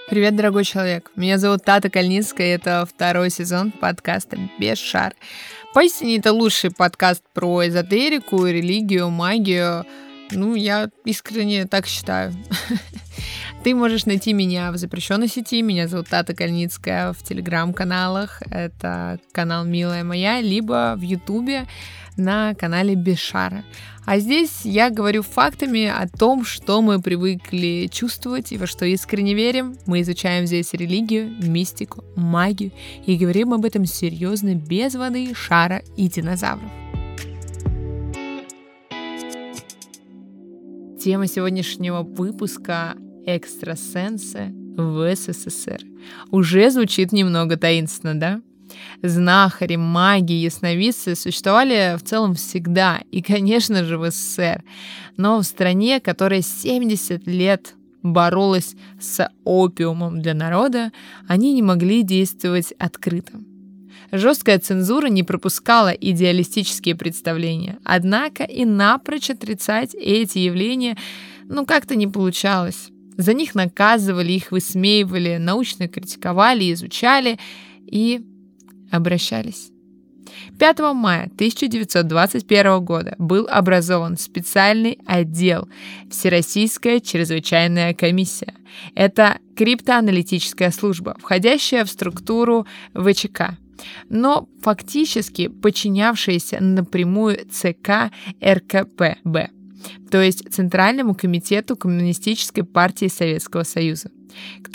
Привет, дорогой человек. Меня зовут Тата Кальницкая, и это второй сезон подкаста «Бесшар». Поистине, это лучший подкаст про эзотерику, религию, магию. Я искренне так считаю. Ты можешь найти меня в запрещенной сети. Меня зовут Тата Кальницкая в телеграм-каналах. Это канал «Милая моя», либо в ютубе на канале Бесшара. А здесь я говорю фактами о том, что мы привыкли чувствовать и во что искренне верим. Мы изучаем здесь религию, мистику, магию и говорим об этом серьезно, без воды, шара и динозавров. Тема сегодняшнего выпуска — экстрасенсы в СССР. Уже звучит немного таинственно, да? Знахари, маги, ясновидцы существовали в целом всегда, и, конечно же, в СССР. Но в стране, которая 70 лет боролась с опиумом для народа, они не могли действовать открыто. Жесткая цензура не пропускала идеалистические представления, однако и напрочь отрицать эти явления как-то не получалось. За них наказывали, их высмеивали, научно критиковали, изучали и обращались. 5 мая 1921 года был образован специальный отдел Всероссийская чрезвычайная комиссия. Это криптоаналитическая служба, входящая в структуру ВЧК, но фактически подчинявшаяся напрямую ЦК РКПБ, то есть Центральному комитету Коммунистической партии Советского Союза. К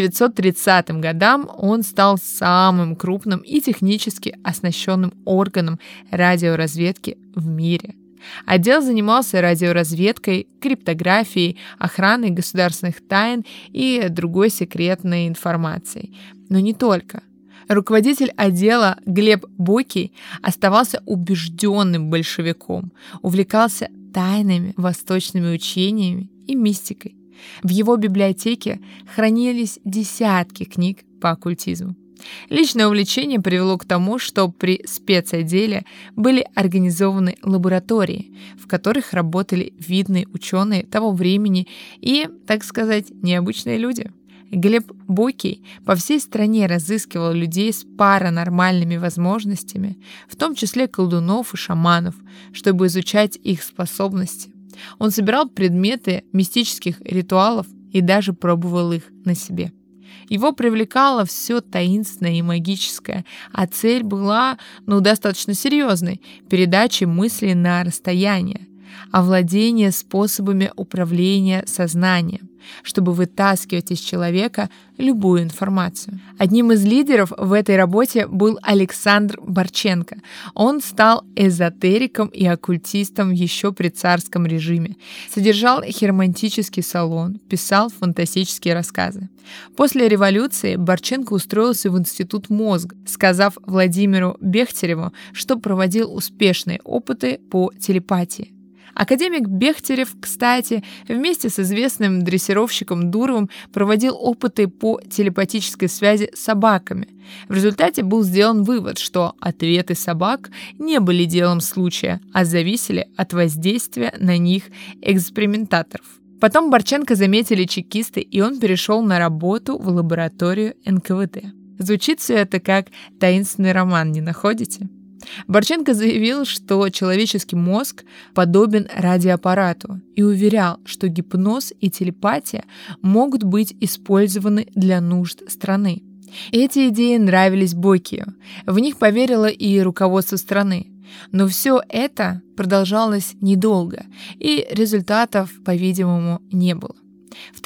1930 годам он стал самым крупным и технически оснащенным органом радиоразведки в мире. Отдел занимался радиоразведкой, криптографией, охраной государственных тайн и другой секретной информацией. Но не только. Руководитель отдела Глеб Бойкий оставался убежденным большевиком, увлекался тайными восточными учениями и мистикой. В его библиотеке хранились десятки книг по оккультизму. Личное увлечение привело к тому, что при спецотделе были организованы лаборатории, в которых работали видные ученые того времени и, так сказать, необычные люди. Глеб Бойкий по всей стране разыскивал людей с паранормальными возможностями, в том числе колдунов и шаманов, чтобы изучать их способности. Он собирал предметы мистических ритуалов и даже пробовал их на себе. Его привлекало все таинственное и магическое, а цель была, достаточно серьезной — передача мыслей на расстояние, овладение способами управления сознанием, чтобы вытаскивать из человека любую информацию. Одним из лидеров в этой работе был Александр Борченко. Он стал эзотериком и оккультистом еще при царском режиме. Содержал хиромантический салон, писал фантастические рассказы. После революции Борченко устроился в Институт мозга, сказав Владимиру Бехтереву, что проводил успешные опыты по телепатии. Академик Бехтерев, кстати, вместе с известным дрессировщиком Дуровым проводил опыты по телепатической связи с собаками. В результате был сделан вывод, что ответы собак не были делом случая, а зависели от воздействия на них экспериментаторов. Потом Борченко заметили чекисты, и он перешел на работу в лабораторию НКВД. Звучит все это как таинственный роман, не находите? Борченко заявил, что человеческий мозг подобен радиоаппарату и уверял, что гипноз и телепатия могут быть использованы для нужд страны. Эти идеи нравились Бойкию. В них поверило и руководство страны. Но все это продолжалось недолго, и результатов, по-видимому, не было. В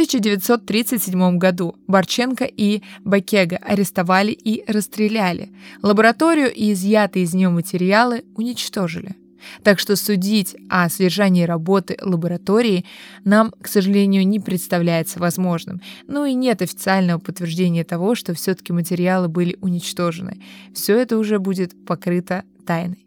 1937 году Борченко и Бакега арестовали и расстреляли. Лабораторию и изъятые из нее материалы уничтожили. Так что судить о содержании работы лаборатории нам, к сожалению, не представляется возможным. И нет официального подтверждения того, что все-таки материалы были уничтожены. Все это уже будет покрыто тайной.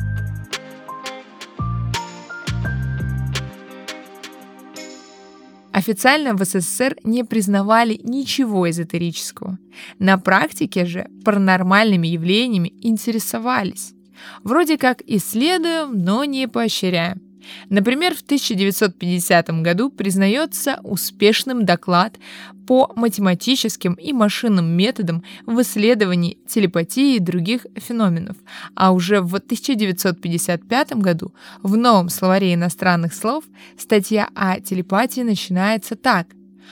Официально в СССР не признавали ничего эзотерического. На практике же паранормальными явлениями интересовались. Вроде как исследуем, но не поощряем. Например, в 1950 году признается успешным доклад по математическим и машинным методам в исследовании телепатии и других феноменов, а уже в 1955 году в новом словаре иностранных слов статья о телепатии начинается так: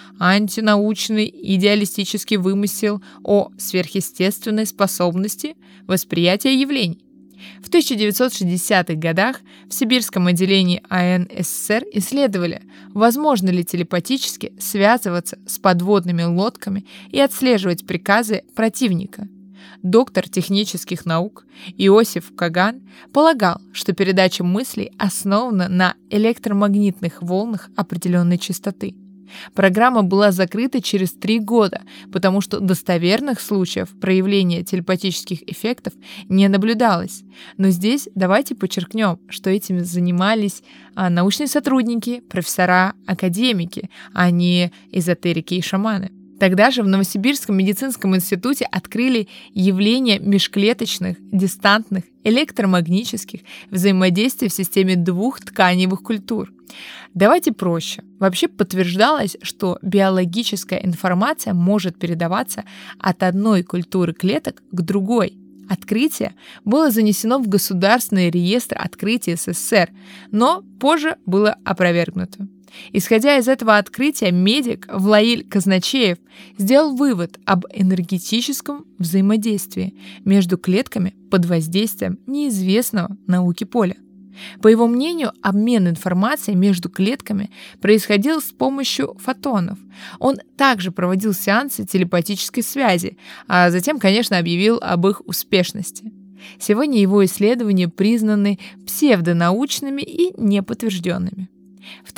антинаучный идеалистический вымысел о сверхъестественной способности восприятия явлений. В 1960-х годах в Сибирском отделении АН СССР исследовали, возможно ли телепатически связываться с подводными лодками и отслеживать приказы противника. Доктор технических наук Иосиф Каган полагал, что передача мыслей основана на электромагнитных волнах определенной частоты. Программа была закрыта через 3 года, потому что достоверных случаев проявления телепатических эффектов не наблюдалось. Но здесь давайте подчеркнем, что этим занимались научные сотрудники, профессора, академики, а не эзотерики и шаманы. Тогда же в Новосибирском медицинском институте открыли явление межклеточных, дистантных, электромагнических взаимодействий в системе 2 тканевых культур. Давайте проще. Вообще подтверждалось, что биологическая информация может передаваться от одной культуры клеток к другой. Открытие было занесено в Государственный реестр открытий СССР, но позже было опровергнуто. Исходя из этого открытия, медик Влаиль Казначеев сделал вывод об энергетическом взаимодействии между клетками под воздействием неизвестного науке поля. По его мнению, обмен информацией между клетками происходил с помощью фотонов. Он также проводил сеансы телепатической связи, а затем, конечно, объявил об их успешности. Сегодня его исследования признаны псевдонаучными и неподтвержденными. В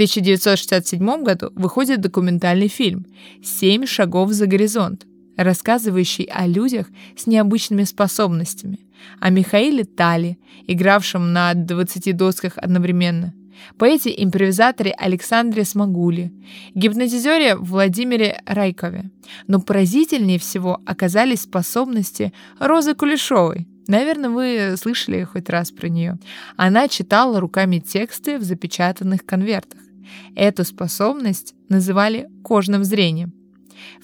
1967 году выходит документальный фильм «7 шагов за горизонт», рассказывающий о людях с необычными способностями, о Михаиле Тале, игравшем на 20 досках одновременно, поэте-импровизаторе Александре Смагуле, гипнотизере Владимире Райкове. Но поразительнее всего оказались способности Розы Кулешовой. Наверное, вы слышали хоть раз про нее. Она читала руками тексты в запечатанных конвертах. Эту способность называли кожным зрением. В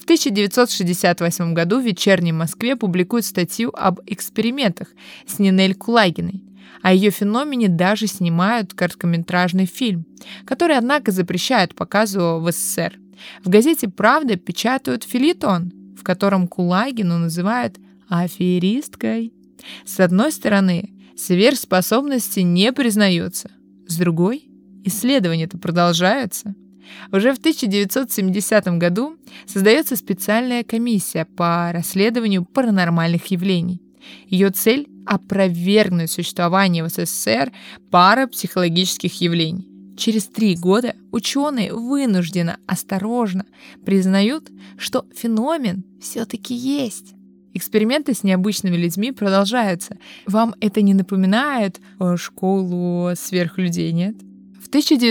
1968 году в «Вечерней Москве» публикуют статью об экспериментах с Нинель Кулагиной. О ее феномене даже снимают короткометражный фильм, который, однако, запрещают показу в СССР. В газете «Правда» печатают фельетон, в котором Кулагину называют аферисткой. С одной стороны, сверхспособности не признаются, с другой, исследования-то продолжаются. Уже в 1970 году создается специальная комиссия по расследованию паранормальных явлений. Ее цель – опровергнуть существование в СССР парапсихологических явлений. Через 3 года ученые вынужденно осторожно признают, что феномен все-таки есть. Эксперименты с необычными людьми продолжаются. Вам это не напоминает школу сверхлюдей, нет? В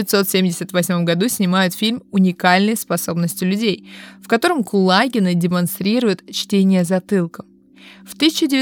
1978 году снимают фильм «Уникальные способности людей», в котором Кулагина демонстрирует чтение затылком. В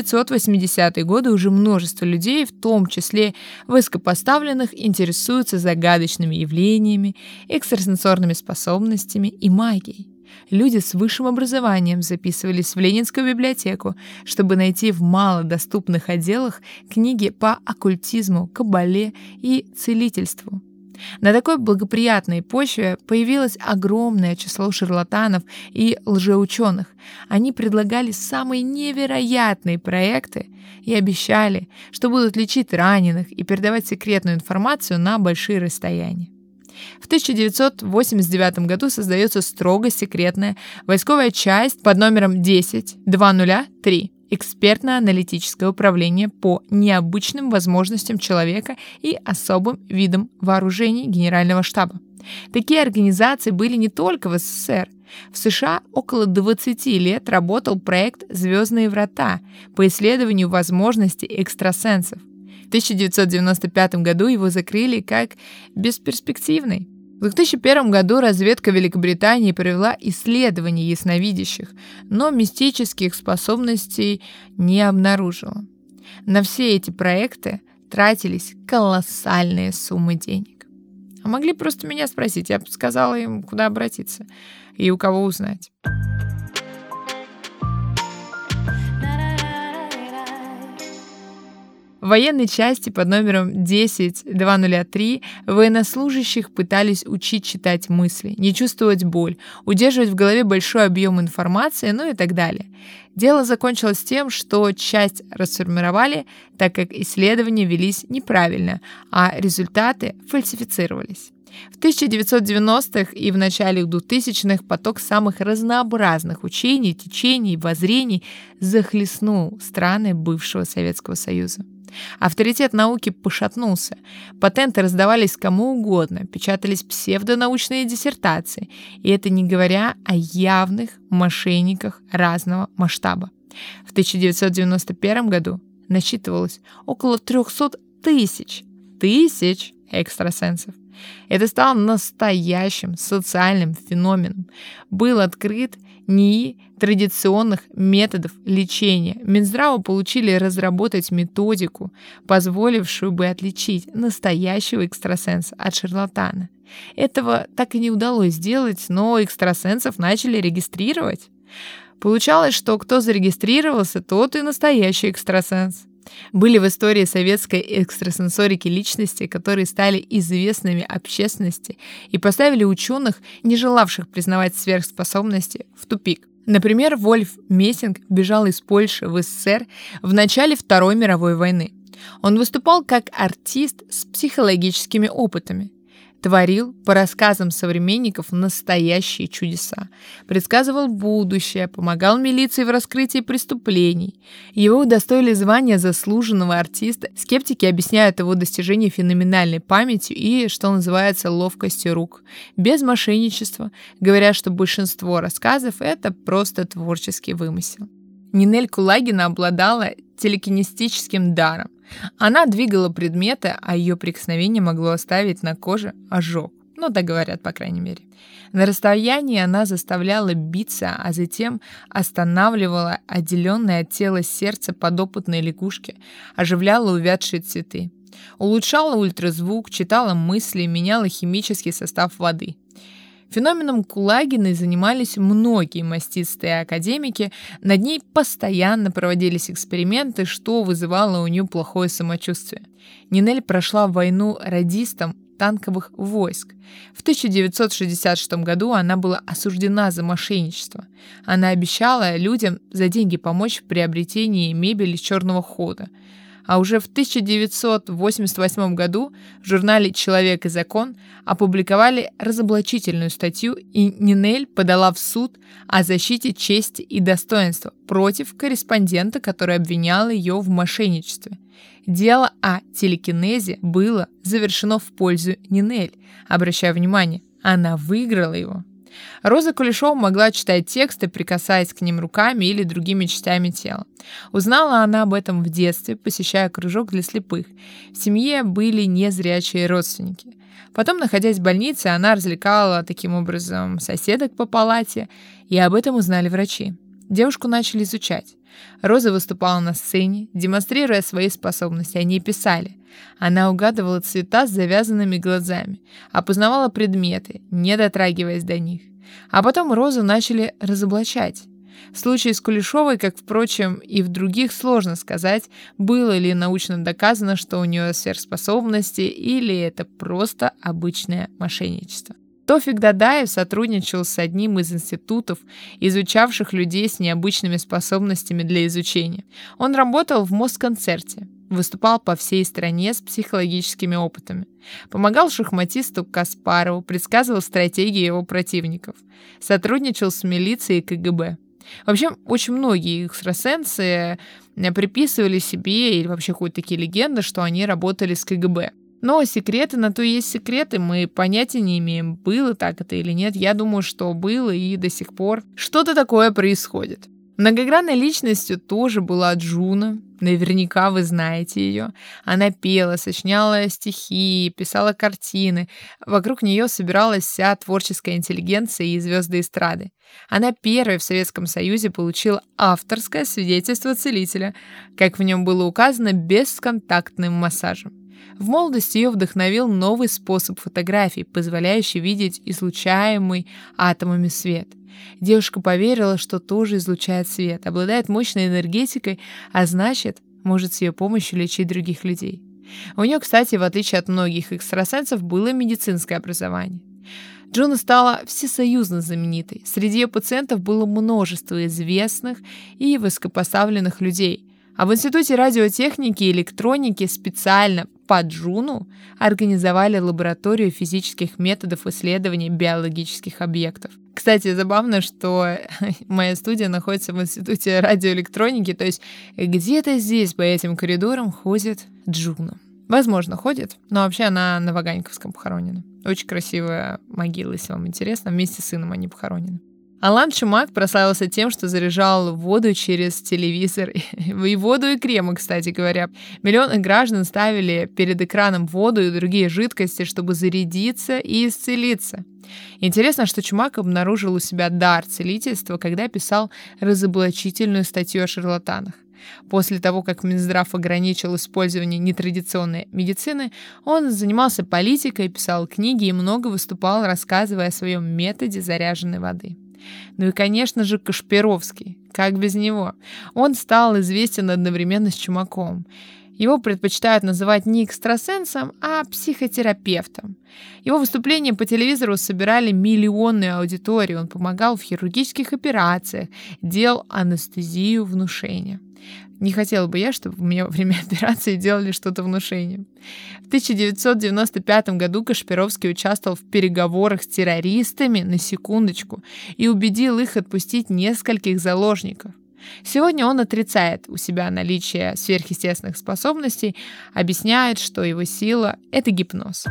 1980-е годы уже множество людей, в том числе высокопоставленных, интересуются загадочными явлениями, экстрасенсорными способностями и магией. Люди с высшим образованием записывались в Ленинскую библиотеку, чтобы найти в малодоступных отделах книги по оккультизму, каббале и целительству. На такой благоприятной почве появилось огромное число шарлатанов и лжеученых. Они предлагали самые невероятные проекты и обещали, что будут лечить раненых и передавать секретную информацию на большие расстояния. В 1989 году создается строго секретная войсковая часть под номером 10203. Экспертно-аналитическое управление по необычным возможностям человека и особым видам вооружений Генерального штаба. Такие организации были не только в СССР. В США около 20 лет работал проект «Звездные врата» по исследованию возможностей экстрасенсов. В 1995 году его закрыли как бесперспективный. В 2001 году разведка Великобритании провела исследование ясновидящих, но мистических способностей не обнаружила. На все эти проекты тратились колоссальные суммы денег. А могли просто меня спросить, я бы сказала им, куда обратиться и у кого узнать. В военной части под номером 10203 военнослужащих пытались учить читать мысли, не чувствовать боль, удерживать в голове большой объем информации, ну и так далее. Дело закончилось тем, что часть расформировали, так как исследования велись неправильно, а результаты фальсифицировались. В 1990-х и в начале 2000-х поток самых разнообразных учений, течений, воззрений захлестнул страны бывшего Советского Союза. Авторитет науки пошатнулся, патенты раздавались кому угодно, печатались псевдонаучные диссертации, и это не говоря о явных мошенниках разного масштаба. В 1991 году насчитывалось около 300 тысяч экстрасенсов. Это стало настоящим социальным феноменом. Был открыт НИИ традиционных методов лечения. Минздраву получили разработать методику, позволившую бы отличить настоящего экстрасенса от шарлатана. Этого так и не удалось сделать, но экстрасенсов начали регистрировать. Получалось, что кто зарегистрировался, тот и настоящий экстрасенс. Были в истории советской экстрасенсорики личности, которые стали известными общественности и поставили ученых, не желавших признавать сверхспособности, в тупик. Например, Вольф Мессинг бежал из Польши в СССР в начале Второй мировой войны. Он выступал как артист с психологическими опытами. Творил, по рассказам современников, настоящие чудеса. Предсказывал будущее, помогал милиции в раскрытии преступлений. Его удостоили звания заслуженного артиста. Скептики объясняют его достижение феноменальной памятью и, что называется, ловкостью рук. Без мошенничества, говоря, что большинство рассказов — это просто творческий вымысел. Нинель Кулагина обладала телекинестическим даром. Она двигала предметы, а ее прикосновение могло оставить на коже ожог. Ну, так говорят, по крайней мере. На расстоянии она заставляла биться, а затем останавливала отделенное от тела сердце подопытной лягушки, оживляла увядшие цветы. Улучшала ультразвук, читала мысли, меняла химический состав воды. Феноменом Кулагиной занимались многие мастистые академики, над ней постоянно проводились эксперименты, что вызывало у нее плохое самочувствие. Нинель прошла войну радистом танковых войск. В 1966 году она была осуждена за мошенничество. Она обещала людям за деньги помочь в приобретении мебели черного хода. А уже в 1988 году в журнале «Человек и закон» опубликовали разоблачительную статью, и Нинель подала в суд о защите чести и достоинства против корреспондента, который обвинял ее в мошенничестве. Дело о телекинезе было завершено в пользу Нинель. Обращаю внимание, она выиграла его. Роза Кулешова могла читать тексты, прикасаясь к ним руками или другими частями тела. Узнала она об этом в детстве, посещая кружок для слепых. В семье были незрячие родственники. Потом, находясь в больнице, она развлекала таким образом соседок по палате, и об этом узнали врачи. Девушку начали изучать. Роза выступала на сцене, демонстрируя свои способности, они писали. Она угадывала цвета с завязанными глазами, опознавала предметы, не дотрагиваясь до них. А потом Розу начали разоблачать. В случае с Кулешовой, как, впрочем, и в других, сложно сказать, было ли научно доказано, что у нее сверхспособности, или это просто обычное мошенничество. Тофик Дадаев сотрудничал с одним из институтов, изучавших людей с необычными способностями для изучения. Он работал в Москонцерте, выступал по всей стране с психологическими опытами, помогал шахматисту Каспарову, предсказывал стратегии его противников, сотрудничал с милицией и КГБ. В общем, очень многие экстрасенсы приписывали себе или вообще ходят такие легенды, что они работали с КГБ. Но секреты на то и есть секреты, мы понятия не имеем, было так это или нет. Я думаю, что было и до сих пор что-то такое происходит. Многогранной личностью тоже была Джуна, наверняка вы знаете ее. Она пела, сочиняла стихи, писала картины. Вокруг нее собиралась вся творческая интеллигенция и звезды эстрады. Она первой в Советском Союзе получила авторское свидетельство целителя, как в нем было указано, бесконтактным массажем. В молодости ее вдохновил новый способ фотографий, позволяющий видеть излучаемый атомами свет. Девушка поверила, что тоже излучает свет, обладает мощной энергетикой, а значит, может с ее помощью лечить других людей. У нее, кстати, в отличие от многих экстрасенсов, было медицинское образование. Джуна стала всесоюзно знаменитой. Среди ее пациентов было множество известных и высокопоставленных людей. А в Институте радиотехники и электроники специально по Джуну организовали лабораторию физических методов исследования биологических объектов. Кстати, забавно, что моя студия находится в Институте радиоэлектроники, то есть где-то здесь по этим коридорам ходит Джуна. Возможно, ходит, но вообще она на Ваганьковском похоронена. Очень красивая могила, если вам интересно. Вместе с сыном они похоронены. Алан Шумак прославился тем, что заряжал воду через телевизор. И воду, и кремы, кстати говоря. Миллионы граждан ставили перед экраном воду и другие жидкости, чтобы зарядиться и исцелиться. Интересно, что Чумак обнаружил у себя дар целительства, когда писал разоблачительную статью о шарлатанах. После того, как Минздрав ограничил использование нетрадиционной медицины, он занимался политикой, писал книги и много выступал, рассказывая о своем методе заряженной воды. Ну и, конечно же, Кашпировский. Как без него? Он стал известен одновременно с Чумаком. Его предпочитают называть не экстрасенсом, а психотерапевтом. Его выступления по телевизору собирали миллионную аудиторию. Он помогал в хирургических операциях, делал анестезию внушения. Не хотела бы я, чтобы мне во время операции делали что-то внушение. В 1995 году Кашпировский участвовал в переговорах с террористами, на секундочку, и убедил их отпустить нескольких заложников. Сегодня он отрицает у себя наличие сверхъестественных способностей, объясняет, что его сила — это гипноз.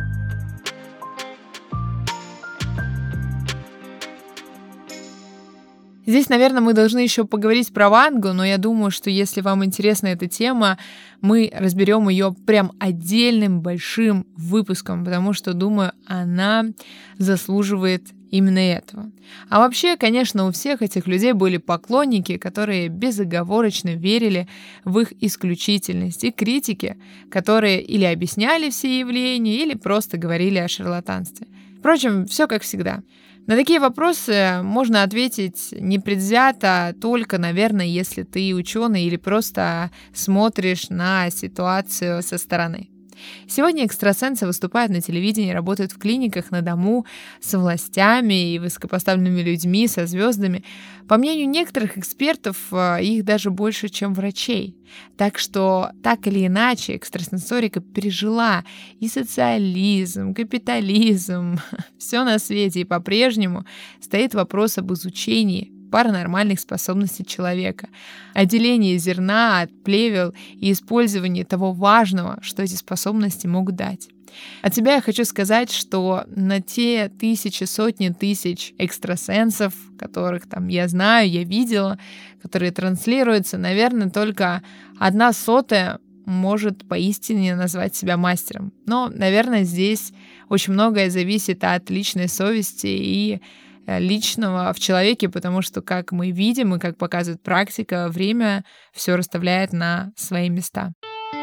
Здесь, наверное, мы должны еще поговорить про Вангу, но я думаю, что если вам интересна эта тема, мы разберем ее прям отдельным большим выпуском, потому что, думаю, она заслуживает именно этого. А вообще, конечно, у всех этих людей были поклонники, которые безоговорочно верили в их исключительность, и критики, которые или объясняли все явления, или просто говорили о шарлатанстве. Впрочем, все как всегда. На такие вопросы можно ответить непредвзято только, наверное, если ты ученый или просто смотришь на ситуацию со стороны. Сегодня экстрасенсы выступают на телевидении, работают в клиниках на дому с властями и высокопоставленными людьми, со звездами. По мнению некоторых экспертов, их даже больше, чем врачей. Так что, так или иначе, экстрасенсорика пережила и социализм, капитализм, все на свете, и по-прежнему стоит вопрос об изучении паранормальных способностей человека, отделении зерна от плевел и использовании того важного, что эти способности могут дать. От себя я хочу сказать, что на те тысячи, сотни тысяч экстрасенсов, которых там я знаю, я видела, которые транслируются, наверное, только 1/100 может поистине назвать себя мастером. Но, наверное, здесь очень многое зависит от личной совести и личного в человеке, потому что, как мы видим и как показывает практика, время все расставляет на свои места.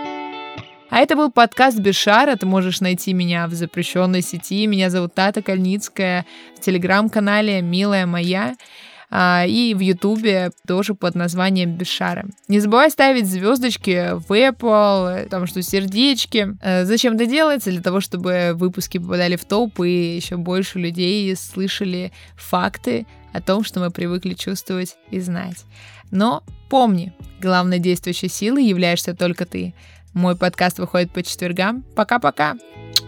А это был подкаст Бешара. Ты можешь найти меня в запрещенной сети. Меня зовут Тата Кальницкая. В телеграм-канале «Милая моя». И в Ютубе тоже под названием Бешара. Не забывай ставить звездочки в Apple, там что сердечки. Зачем это делается? Для того, чтобы выпуски попадали в топ и еще больше людей слышали факты о том, что мы привыкли чувствовать и знать. Но помни, главной действующей силой являешься только ты. Мой подкаст выходит по четвергам. Пока-пока!